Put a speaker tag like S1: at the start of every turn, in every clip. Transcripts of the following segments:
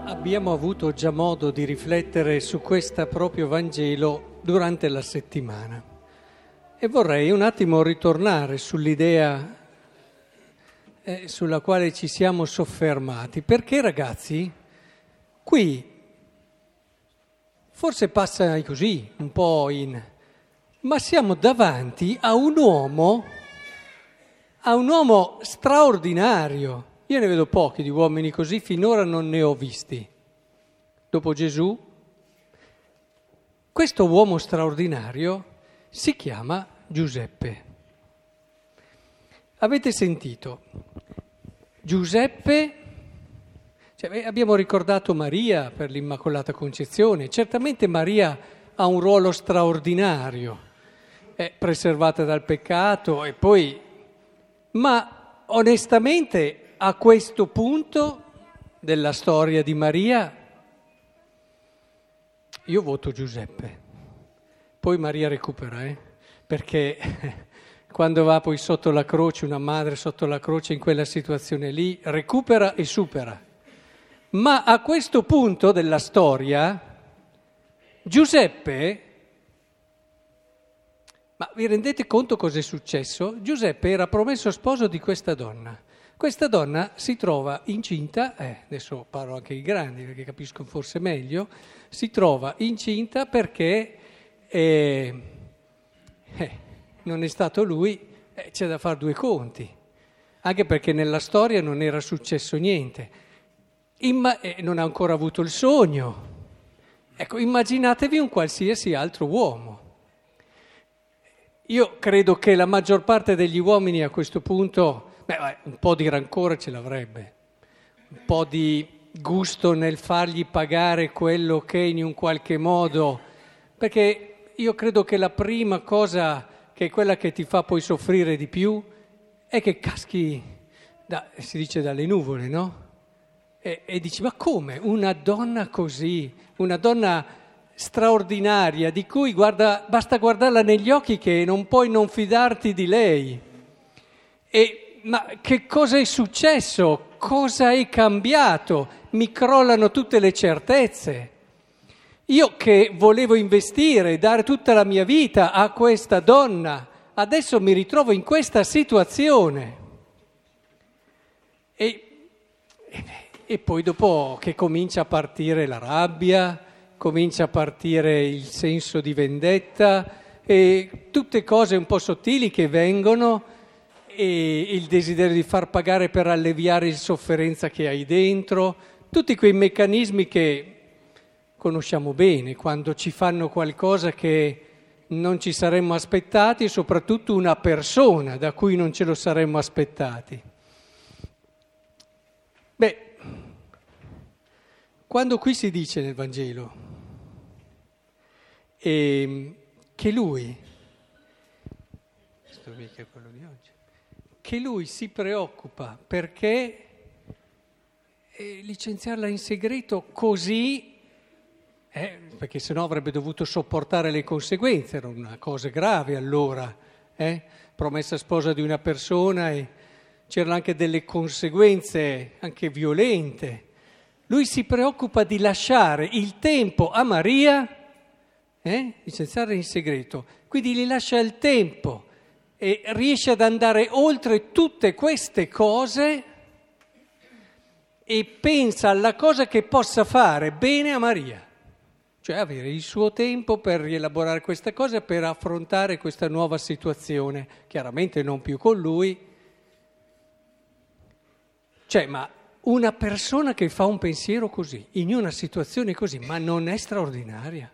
S1: Abbiamo avuto già modo di riflettere su questo proprio Vangelo durante la settimana e vorrei un attimo ritornare sull'idea sulla quale ci siamo soffermati, perché ragazzi, qui forse passa così, un po' ma siamo davanti a un uomo straordinario. Io ne vedo pochi di uomini così, finora non ne ho visti. Dopo Gesù, questo uomo straordinario si chiama Giuseppe. Avete sentito? Giuseppe, abbiamo ricordato Maria per l'Immacolata Concezione. Certamente Maria ha un ruolo straordinario, è preservata dal peccato e poi... Ma onestamente a questo punto della storia di Maria io voto Giuseppe. Poi Maria recupera, perché quando va poi sotto la croce, una madre sotto la croce in quella situazione lì, recupera e supera. Ma a questo punto della storia, Giuseppe, ma vi rendete conto cosa è successo? Giuseppe era promesso sposo di questa donna. Questa donna si trova incinta, adesso parlo anche ai grandi perché capiscono forse meglio, si trova incinta perché non è stato lui, c'è da fare due conti, anche perché nella storia non era successo niente, non ha ancora avuto il sogno. Ecco, immaginatevi un qualsiasi altro uomo. Io credo che la maggior parte degli uomini a questo punto, un po' di rancore ce l'avrebbe, un po' di gusto nel fargli pagare quello che in un qualche modo, perché io credo che la prima cosa che è quella che ti fa poi soffrire di più è che caschi, si dice dalle nuvole, no? E dici, ma come? Una donna così, una donna straordinaria, di cui basta guardarla negli occhi che non puoi non fidarti di lei. Ma che cosa è successo? Cosa è cambiato? Mi crollano tutte le certezze. Io che volevo investire, dare tutta la mia vita a questa donna, adesso mi ritrovo in questa situazione. E poi dopo che comincia a partire la rabbia, comincia a partire il senso di vendetta e tutte cose un po' sottili che vengono e il desiderio di far pagare per alleviare la sofferenza che hai dentro, tutti quei meccanismi che conosciamo bene quando ci fanno qualcosa che non ci saremmo aspettati e soprattutto una persona da cui non ce lo saremmo aspettati. Quando qui si dice nel Vangelo che lui si preoccupa perché licenziarla in segreto così, perché sennò avrebbe dovuto sopportare le conseguenze, era una cosa grave allora, promessa sposa di una persona e c'erano anche delle conseguenze anche violente. Lui si preoccupa di lasciare il tempo a Maria, licenziarla in segreto, quindi gli lascia il tempo e riesce ad andare oltre tutte queste cose e pensa alla cosa che possa fare bene a Maria, cioè avere il suo tempo per rielaborare questa cosa, per affrontare questa nuova situazione, chiaramente non più con lui. Ma una persona che fa un pensiero così, in una situazione così, ma non è straordinaria?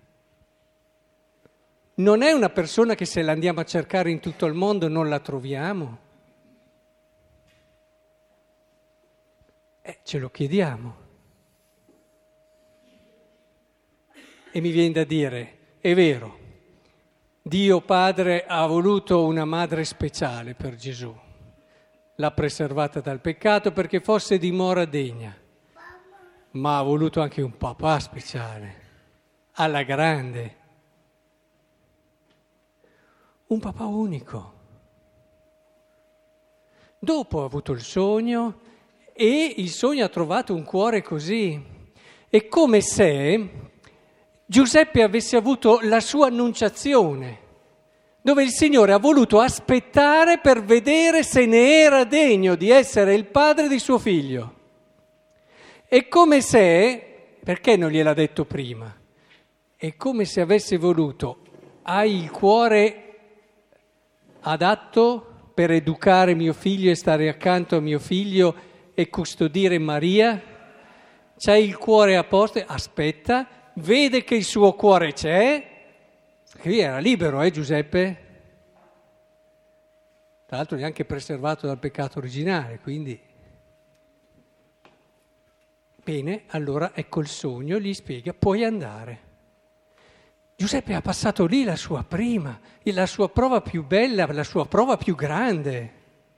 S1: Non è una persona che se la andiamo a cercare in tutto il mondo non la troviamo? Ce lo chiediamo. E mi viene da dire, è vero, Dio Padre ha voluto una madre speciale per Gesù. L'ha preservata dal peccato perché fosse dimora degna, ma ha voluto anche un papà speciale, alla grande, un papà unico. Dopo ha avuto il sogno e il sogno ha trovato un cuore così È come se Giuseppe avesse avuto la sua annunciazione, dove il Signore ha voluto aspettare per vedere se ne era degno di essere il padre di suo figlio. È come se, perché non gliel'ha detto prima? È come se avesse voluto, hai il cuore adatto per educare mio figlio e stare accanto a mio figlio e custodire Maria? C'hai il cuore a posto, aspetta, vede che il suo cuore c'è. Lui era libero, Giuseppe? Tra l'altro neanche preservato dal peccato originale, quindi... Bene, allora ecco il sogno, gli spiega, puoi andare. Giuseppe ha passato lì la sua prima, la sua prova più bella, la sua prova più grande.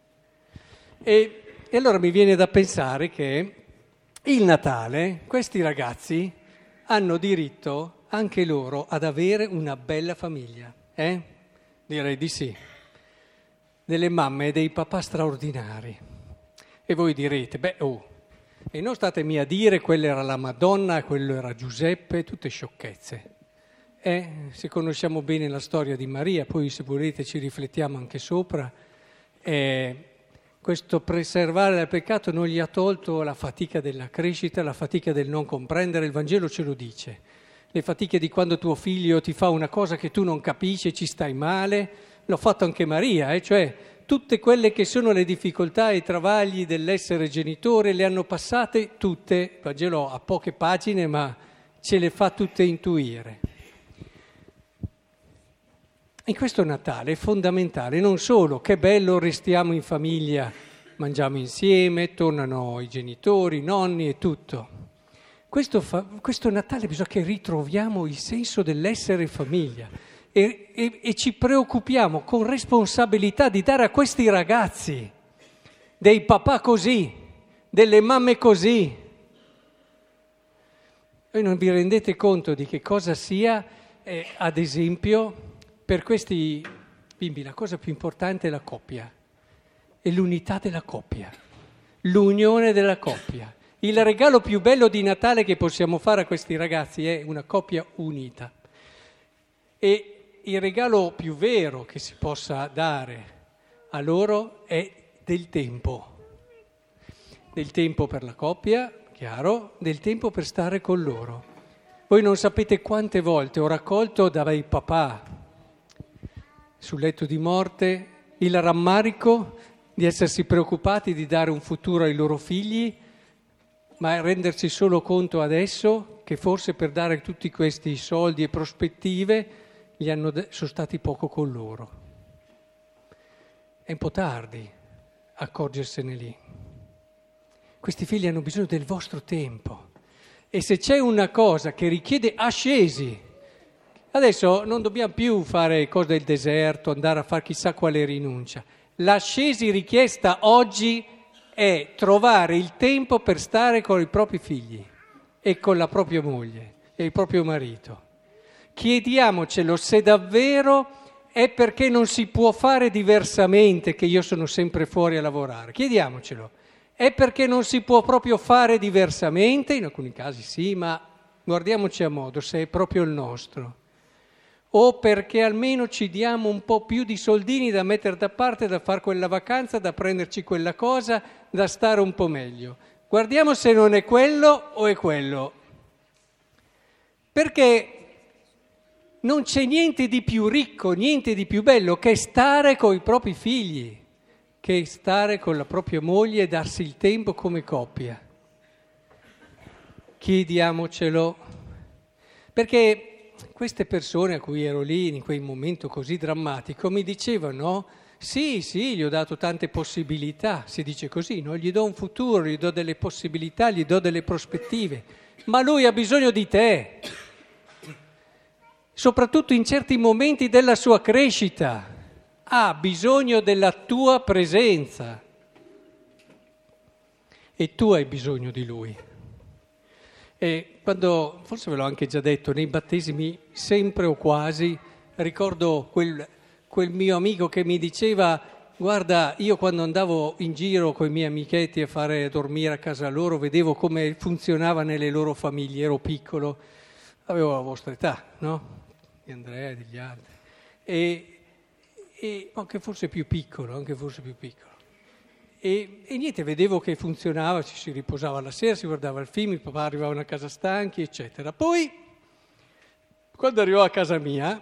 S1: E allora mi viene da pensare che il Natale, questi ragazzi hanno diritto anche loro ad avere una bella famiglia, Direi di sì. Delle mamme e dei papà straordinari. E voi direte, e non statemi a dire quella era la Madonna, quello era Giuseppe, tutte sciocchezze. Se conosciamo bene la storia di Maria, poi se volete ci riflettiamo anche sopra, questo preservare dal peccato non gli ha tolto la fatica della crescita, la fatica del non comprendere, il Vangelo ce lo dice. Le fatiche di quando tuo figlio ti fa una cosa che tu non capisci e ci stai male, l'ho fatto anche Maria, cioè tutte quelle che sono le difficoltà e i travagli dell'essere genitore le hanno passate tutte, il Vangelo ha poche pagine ma ce le fa tutte intuire. In questo Natale è fondamentale non solo che bello restiamo in famiglia, mangiamo insieme, tornano i genitori, i nonni e tutto. Questo Natale bisogna che ritroviamo il senso dell'essere famiglia e ci preoccupiamo con responsabilità di dare a questi ragazzi dei papà così, delle mamme così. Voi non vi rendete conto di che cosa sia, ad esempio, per questi bimbi la cosa più importante è la coppia, è l'unità della coppia, l'unione della coppia. Il regalo più bello di Natale che possiamo fare a questi ragazzi è una coppia unita. E il regalo più vero che si possa dare a loro è del tempo per la coppia, chiaro, del tempo per stare con loro. Voi non sapete quante volte ho raccolto dai papà sul letto di morte il rammarico di essersi preoccupati di dare un futuro ai loro figli, ma rendersi solo conto adesso che forse per dare tutti questi soldi e prospettive sono stati poco con loro. È un po' tardi accorgersene lì. Questi figli hanno bisogno del vostro tempo e se c'è una cosa che richiede ascesi, adesso non dobbiamo più fare cose del deserto, andare a fare chissà quale rinuncia. L'ascesi richiesta oggi è trovare il tempo per stare con i propri figli e con la propria moglie e il proprio marito. Chiediamocelo se davvero è perché non si può fare diversamente che io sono sempre fuori a lavorare. Chiediamocelo. È perché non si può proprio fare diversamente? In alcuni casi sì, ma guardiamoci a modo se è proprio il nostro. O perché almeno ci diamo un po' più di soldini da mettere da parte, da fare quella vacanza, da prenderci quella cosa, da stare un po' meglio. Guardiamo se non è quello o è quello. Perché non c'è niente di più ricco, niente di più bello che stare con i propri figli, che stare con la propria moglie e darsi il tempo come coppia. Chiediamocelo. Perché queste persone a cui ero lì in quel momento così drammatico mi dicevano sì, gli ho dato tante possibilità, si dice così, no? Gli do un futuro, gli do delle possibilità, gli do delle prospettive, ma lui ha bisogno di te, soprattutto in certi momenti della sua crescita, ha bisogno della tua presenza e tu hai bisogno di lui. E quando, forse ve l'ho anche già detto, nei battesimi sempre o quasi, ricordo quel mio amico che mi diceva Guarda, io quando andavo in giro con i miei amichetti a fare dormire a casa loro, vedevo come funzionava nelle loro famiglie, ero piccolo, avevo la vostra età, no? Di Andrea e degli altri. E anche forse più piccolo, E niente, vedevo che funzionava, ci si riposava la sera, si guardava il film, il papà arrivavano a casa stanchi, eccetera. Poi, quando arrivò a casa mia,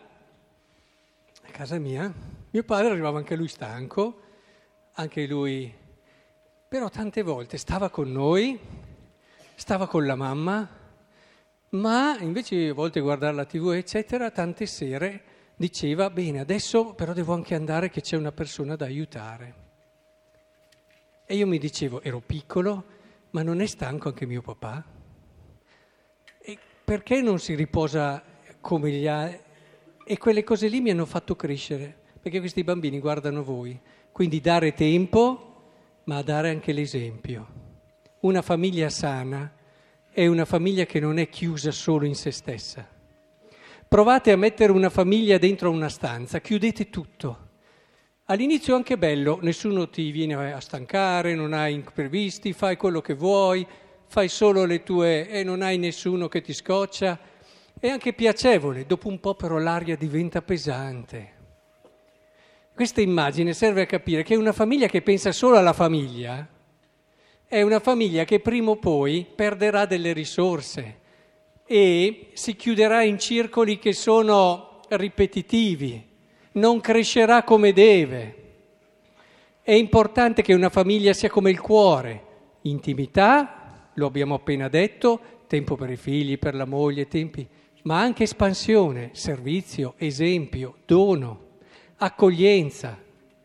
S1: mio padre arrivava anche lui stanco, anche lui, però tante volte stava con noi, stava con la mamma, ma invece di a volte guardare la TV, eccetera, tante sere diceva, bene, adesso però devo anche andare che c'è una persona da aiutare. E io mi dicevo, ero piccolo, ma non è stanco anche mio papà? E perché non si riposa come gli altri? E quelle cose lì mi hanno fatto crescere, perché questi bambini guardano voi. Quindi dare tempo, ma dare anche l'esempio. Una famiglia sana è una famiglia che non è chiusa solo in se stessa. Provate a mettere una famiglia dentro una stanza, chiudete tutto. All'inizio è anche bello, nessuno ti viene a stancare, non hai imprevisti, fai quello che vuoi, fai solo le tue e non hai nessuno che ti scoccia. È anche piacevole, dopo un po' però l'aria diventa pesante. Questa immagine serve a capire che una famiglia che pensa solo alla famiglia è una famiglia che prima o poi perderà delle risorse e si chiuderà in circoli che sono ripetitivi, non crescerà come deve. È importante che una famiglia sia come il cuore, intimità, lo abbiamo appena detto, tempo per i figli, per la moglie, tempi, ma anche espansione, servizio, esempio, dono, accoglienza.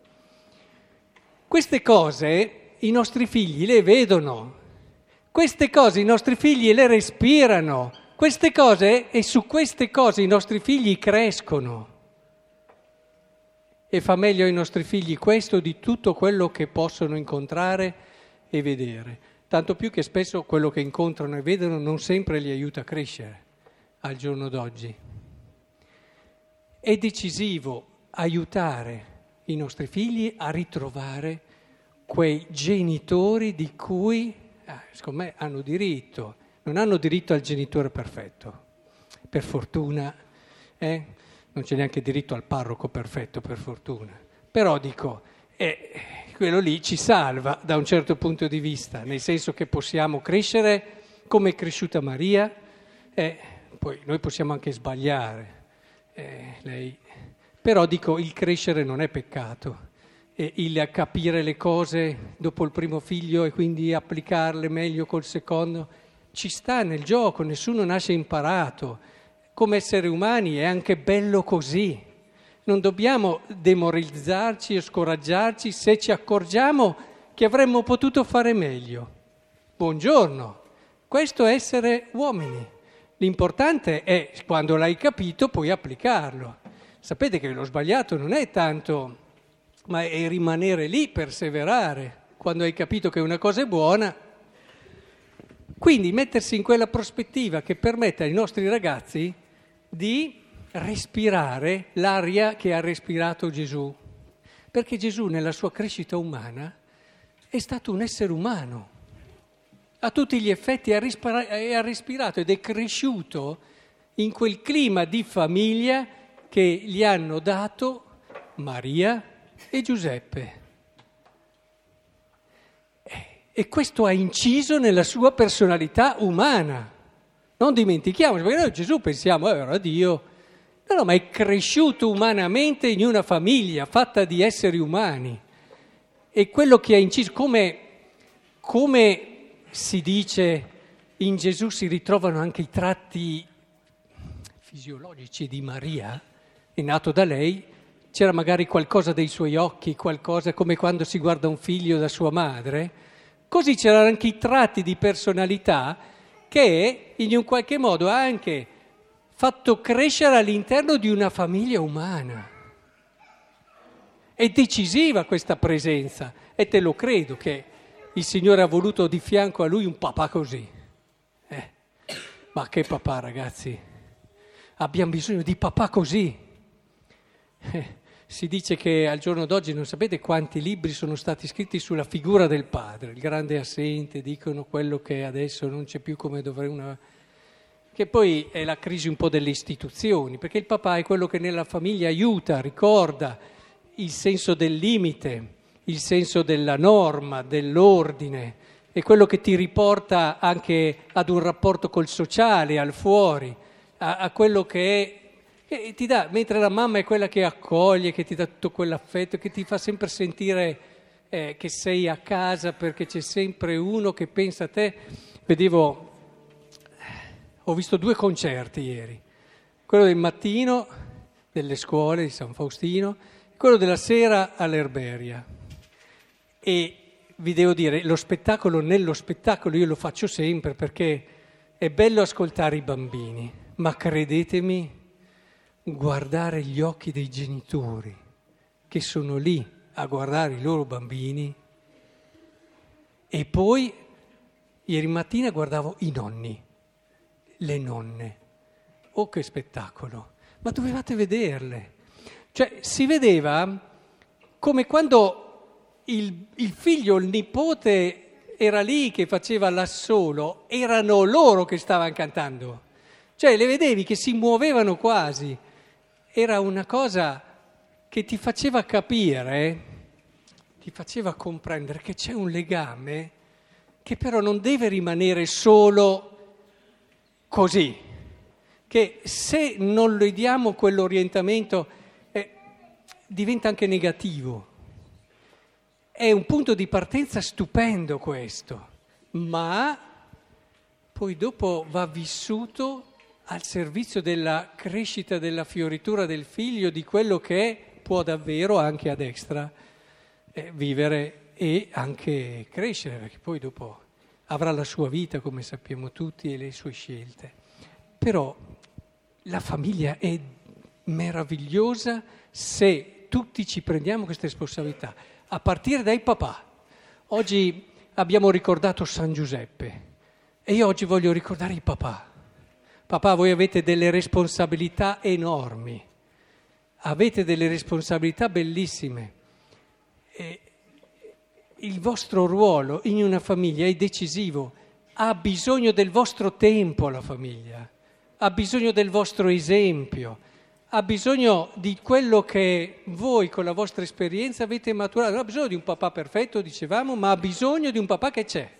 S1: Queste cose i nostri figli le vedono, queste cose i nostri figli le respirano, queste cose e su queste cose i nostri figli crescono. E fa meglio ai nostri figli questo di tutto quello che possono incontrare e vedere. Tanto più che spesso quello che incontrano e vedono non sempre li aiuta a crescere al giorno d'oggi. È decisivo aiutare i nostri figli a ritrovare quei genitori di cui, secondo me, hanno diritto. Non hanno diritto al genitore perfetto, per fortuna, non c'è neanche diritto al parroco perfetto, per fortuna. Però dico, quello lì ci salva da un certo punto di vista, nel senso che possiamo crescere come è cresciuta Maria, poi noi possiamo anche sbagliare, lei. Però dico, il crescere non è peccato, il capire le cose dopo il primo figlio e quindi applicarle meglio col secondo, ci sta nel gioco, nessuno nasce imparato. Come esseri umani è anche bello così. Non dobbiamo demoralizzarci e scoraggiarci se ci accorgiamo che avremmo potuto fare meglio. Buongiorno, questo è essere uomini. L'importante è, quando l'hai capito, poi applicarlo. Sapete che lo sbagliato non è tanto, ma è rimanere lì, perseverare. Quando hai capito che una cosa è buona, quindi mettersi in quella prospettiva che permetta ai nostri ragazzi di respirare l'aria che ha respirato Gesù. Perché Gesù nella sua crescita umana è stato un essere umano. A tutti gli effetti ha respirato ed è cresciuto in quel clima di famiglia che gli hanno dato Maria e Giuseppe. E questo ha inciso nella sua personalità umana. Non dimentichiamoci, perché noi Gesù pensiamo, era Dio. No, ma è cresciuto umanamente in una famiglia fatta di esseri umani. E quello che ha inciso, come si dice, in Gesù si ritrovano anche i tratti fisiologici di Maria, è nato da lei, c'era magari qualcosa dei suoi occhi, qualcosa come quando si guarda un figlio da sua madre, così c'erano anche i tratti di personalità che in un qualche modo ha anche fatto crescere all'interno di una famiglia umana. È decisiva questa presenza e te lo credo che il Signore ha voluto di fianco a lui un papà così. Ma che papà, ragazzi? Abbiamo bisogno di papà così. Si dice che al giorno d'oggi non sapete quanti libri sono stati scritti sulla figura del padre, il grande assente, dicono quello che adesso non c'è più come dovrebbe... Che poi è la crisi un po' delle istituzioni, perché il papà è quello che nella famiglia aiuta, ricorda il senso del limite, il senso della norma, dell'ordine, è quello che ti riporta anche ad un rapporto col sociale, al fuori, a quello che ti dà, mentre la mamma è quella che accoglie, che ti dà tutto quell'affetto, che ti fa sempre sentire che sei a casa perché c'è sempre uno che pensa a te. Ho visto 2 concerti ieri, quello del mattino delle scuole di San Faustino e quello della sera all'Erberia. E vi devo dire, lo spettacolo nello spettacolo io lo faccio sempre perché è bello ascoltare i bambini, ma credetemi, guardare gli occhi dei genitori che sono lì a guardare i loro bambini e poi ieri mattina guardavo i nonni, le nonne. Oh, che spettacolo! Ma dovevate vederle. Cioè, si vedeva come quando il figlio, il nipote era lì che faceva l'assolo, erano loro che stavano cantando. Cioè, le vedevi che si muovevano quasi. Era una cosa che ti faceva capire, ti faceva comprendere che c'è un legame che però non deve rimanere solo così, che se non le diamo quell'orientamento diventa anche negativo. È un punto di partenza stupendo questo, ma poi dopo va vissuto al servizio della crescita, della fioritura del figlio, di quello che può davvero anche a destra vivere e anche crescere, perché poi dopo avrà la sua vita, come sappiamo tutti, e le sue scelte. Però la famiglia è meravigliosa se tutti ci prendiamo questa responsabilità, a partire dai papà. Oggi abbiamo ricordato San Giuseppe e io oggi voglio ricordare i papà. Papà, voi avete delle responsabilità enormi, avete delle responsabilità bellissime. E il vostro ruolo in una famiglia è decisivo, ha bisogno del vostro tempo la famiglia, ha bisogno del vostro esempio, ha bisogno di quello che voi con la vostra esperienza avete maturato. Non ha bisogno di un papà perfetto, dicevamo, ma ha bisogno di un papà che c'è.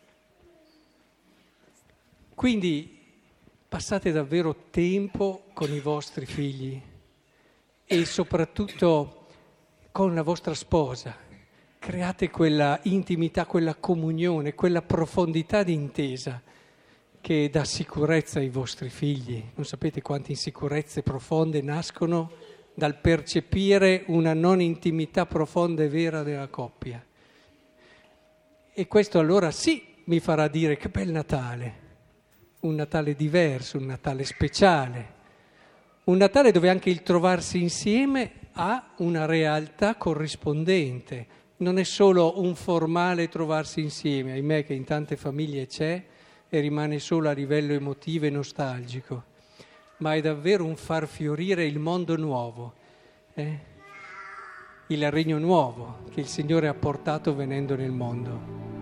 S1: Quindi passate davvero tempo con i vostri figli e soprattutto con la vostra sposa. Create quella intimità, quella comunione, quella profondità di intesa che dà sicurezza ai vostri figli. Non sapete quante insicurezze profonde nascono dal percepire una non intimità profonda e vera della coppia. E questo allora sì mi farà dire che bel Natale. Un Natale diverso, un Natale speciale, un Natale dove anche il trovarsi insieme ha una realtà corrispondente, non è solo un formale trovarsi insieme, ahimè che in tante famiglie c'è e rimane solo a livello emotivo e nostalgico, ma è davvero un far fiorire il mondo nuovo, il regno nuovo che il Signore ha portato venendo nel mondo.